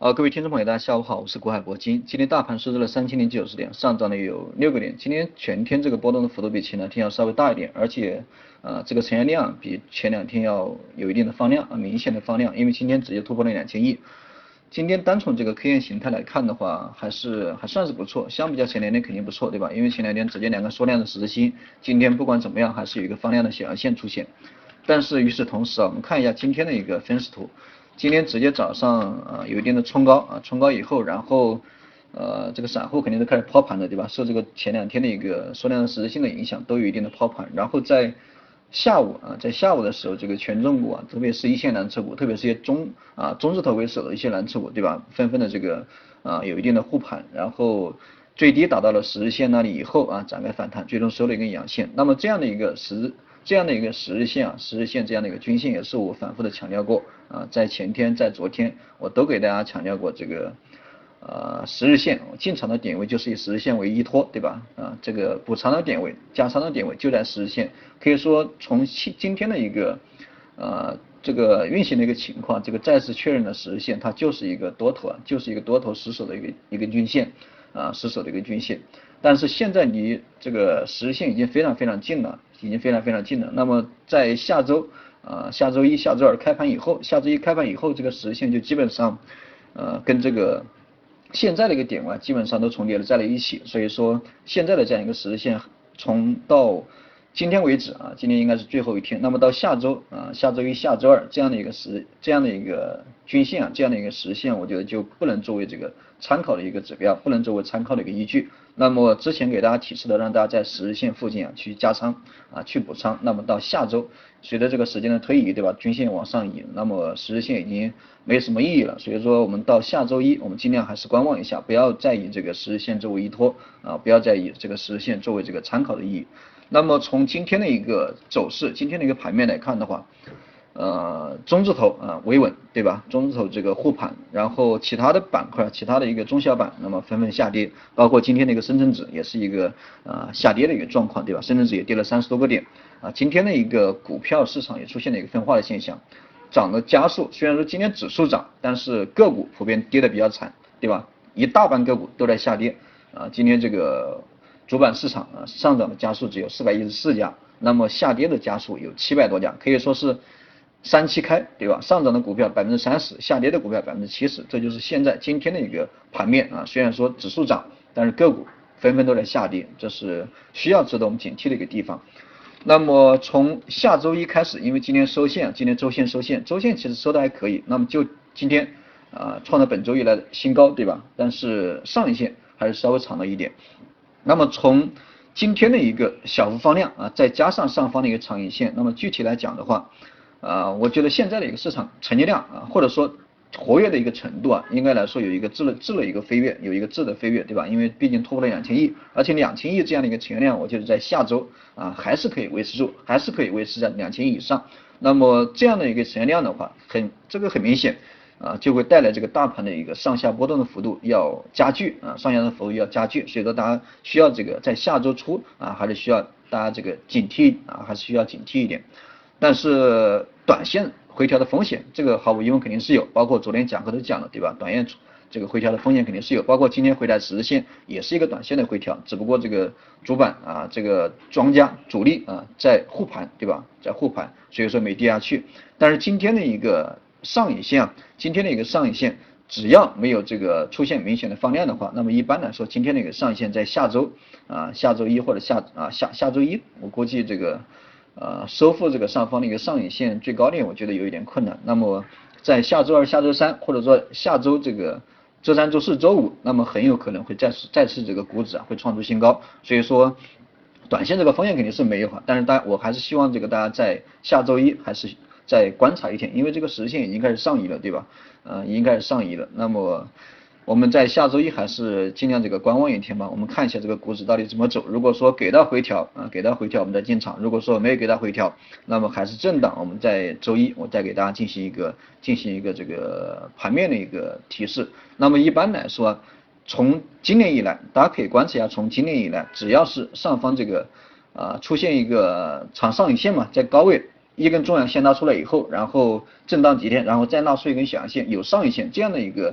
各位听众朋友，大家下午好，我是国海铂金。今天大盘收在了3090点，上涨了有6个点。今天全天这个波动的幅度比前两天要稍微大一点，而且这个成交量比前两天要有一定的放量明显的放量，因为今天直接突破了2000亿。今天单从这个 K 线形态来看的话，还算是不错，相比较前两天肯定不错，对吧？因为前两天直接两个缩量的十字星，今天不管怎么样还是有一个放量的小阳线出现。但是与此同时我们看一下今天的一个分时图。今天直接早上有一定的冲高冲高以后，然后这个散户肯定都开始抛盘了，对吧？受这个前两天的一个缩量的实质性的影响，都有一定的抛盘。然后在下午的时候，这个权重股特别是一线蓝筹股，特别是一些中字头为首的一些蓝筹股，对吧？纷纷的这个有一定的护盘，然后最低达到了十日线那里以后展开反弹，最终收了一根阳线。那么这样的一个十日线这样的一个均线，也是我反复的强调过在前天在昨天我都给大家强调过这个十日线进场的点位就是以十日线为依托，对吧？这个补仓的点位加仓的点位就在十日线，可以说从今天的一个这个运行的一个情况，这个再次确认了十日线它就是一个多头就是一个多头死守的一个均线死守的一个均线。但是现在离这个十日线已经非常非常近了，那么在下周一、下周二开盘以后，这个十日线就基本上跟这个现在的一个点位基本上都重叠了在了一起。所以说现在的这样一个十日线，从到今天为止今天应该是最后一天。那么到下周下周一、下周二这样的一个均线这样的一个实线，我觉得就不能作为这个参考的一个指标，不能作为参考的一个依据。那么之前给大家提示的，让大家在十日线附近去加仓去补仓。那么到下周，随着这个时间的推移，对吧？均线往上移，那么十日线已经没什么意义了。所以说我们到下周一，我们尽量还是观望一下，不要再以这个十日线作为依托不要再以这个十日线作为这个参考的意义。那么从今天的一个走势，今天的一个盘面来看的话，中字头维稳，对吧？中字头这个护盘，然后其他的板块，其他的一个中小板，那么纷纷下跌，包括今天的一个深圳指也是一个下跌的一个状况，对吧？深圳指也跌了30多个点今天的一个股票市场也出现了一个分化的现象，涨的加速，虽然说今天指数涨，但是个股普遍跌的比较惨，对吧？一大半个股都在下跌今天这个主板市场上涨的家数只有414家，那么下跌的家数有700多家，可以说是3七开，对吧？上涨的股票30%，下跌的股票70%，这就是现在今天的一个盘面虽然说指数涨，但是个股纷纷都在下跌，这是需要值得我们警惕的一个地方。那么从下周一开始，因为今天周线收线，周线其实收的还可以，那么就今天创了本周以来的新高，对吧？但是上影线还是稍微长了一点。那么从今天的一个小幅放量再加上上方的一个长影线，那么具体来讲的话我觉得现在的一个市场成交量或者说活跃的一个程度应该来说有一个质的一个飞跃，有一个质的飞跃，对吧？因为毕竟突破了2000亿，而且2000亿这样的一个成交量，我觉得在下周还是可以维持住，还是可以维持在2000亿以上。那么这样的一个成交量的话，这个很明显就会带来这个大盘的一个上下波动的幅度要加剧上下的幅度要加剧。所以说大家需要这个在下周初还是需要大家这个警惕还是需要警惕一点。但是短线回调的风险，这个毫无疑问肯定是有，包括昨天讲课都讲了，对吧？短线这个回调的风险肯定是有，包括今天回来十日线也是一个短线的回调，只不过这个主板这个庄家主力在护盘，对吧？在护盘，所以说没跌下去。但是今天的一个上影线只要没有这个出现明显的放量的话，那么一般来说今天的一个上影线在下周一或者下周一，我估计这个收复这个上方的一个上影线最高点，我觉得有一点困难。那么在下周二、下周三，或者说下周这个周三、周四周五，那么很有可能会再次这个股指会创出新高。所以说短线这个风险肯定是没有但是我还是希望这个大家在下周一还是再观察一天，因为这个实线已经开始上移了，对吧？已经开始上移了。那么我们在下周一还是尽量这个观望一天吧，我们看一下这个股指到底怎么走。如果说给到回调我们再进场；如果说没有给到回调，那么还是震荡。我们在周一我再给大家进行一个这个盘面的一个提示。那么一般来说，从今年以来，大家可以观察一下，从今年以来，只要是上方这个出现一个长上影线嘛，在高位一根中阳线拉出来以后，然后震荡几天，然后再拉出一根小阳线，有上影线这样的一个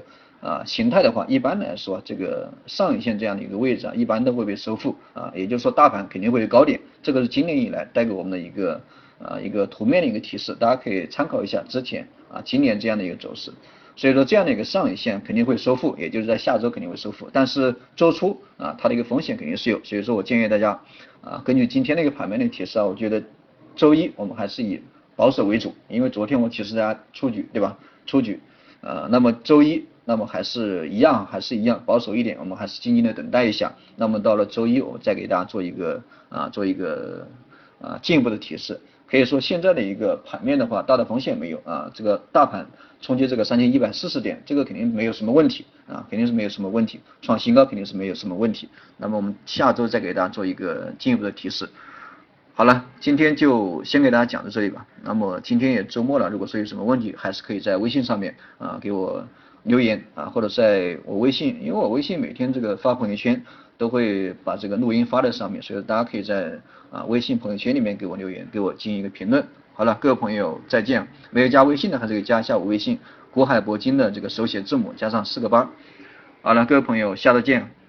形态的话，一般来说这个上影线这样的一个位置一般都会被收复也就是说大盘肯定会有高点，这个是今年以来带给我们的一个图面的一个提示，大家可以参考一下之前今年这样的一个走势。所以说这样的一个上影线肯定会收复，也就是在下周肯定会收复，但是周初它的一个风险肯定是有，所以说我建议大家根据今天的一个盘面的提示我觉得周一我们还是以保守为主，因为昨天我提示大家出局，对吧？出局，那么周一，那么还是一样保守一点，我们还是静静的等待一下。那么到了周一，我再给大家做一个进一步的提示。可以说现在的一个盘面的话，大的风险没有这个大盘冲击这个3140点，这个肯定没有什么问题肯定是没有什么问题，创新高肯定是没有什么问题。那么我们下周再给大家做一个进一步的提示。好了，今天就先给大家讲到这里吧。那么今天也周末了，如果说有什么问题，还是可以在微信上面给我留言或者在我微信，因为我微信每天这个发朋友圈都会把这个录音发在上面，所以大家可以在微信朋友圈里面给我留言，给我进行一个评论。好了，各位朋友再见。没有加微信的还是可以加一下我微信，国海铂金的这个手写字母加上4个8。好了，各位朋友，下周见。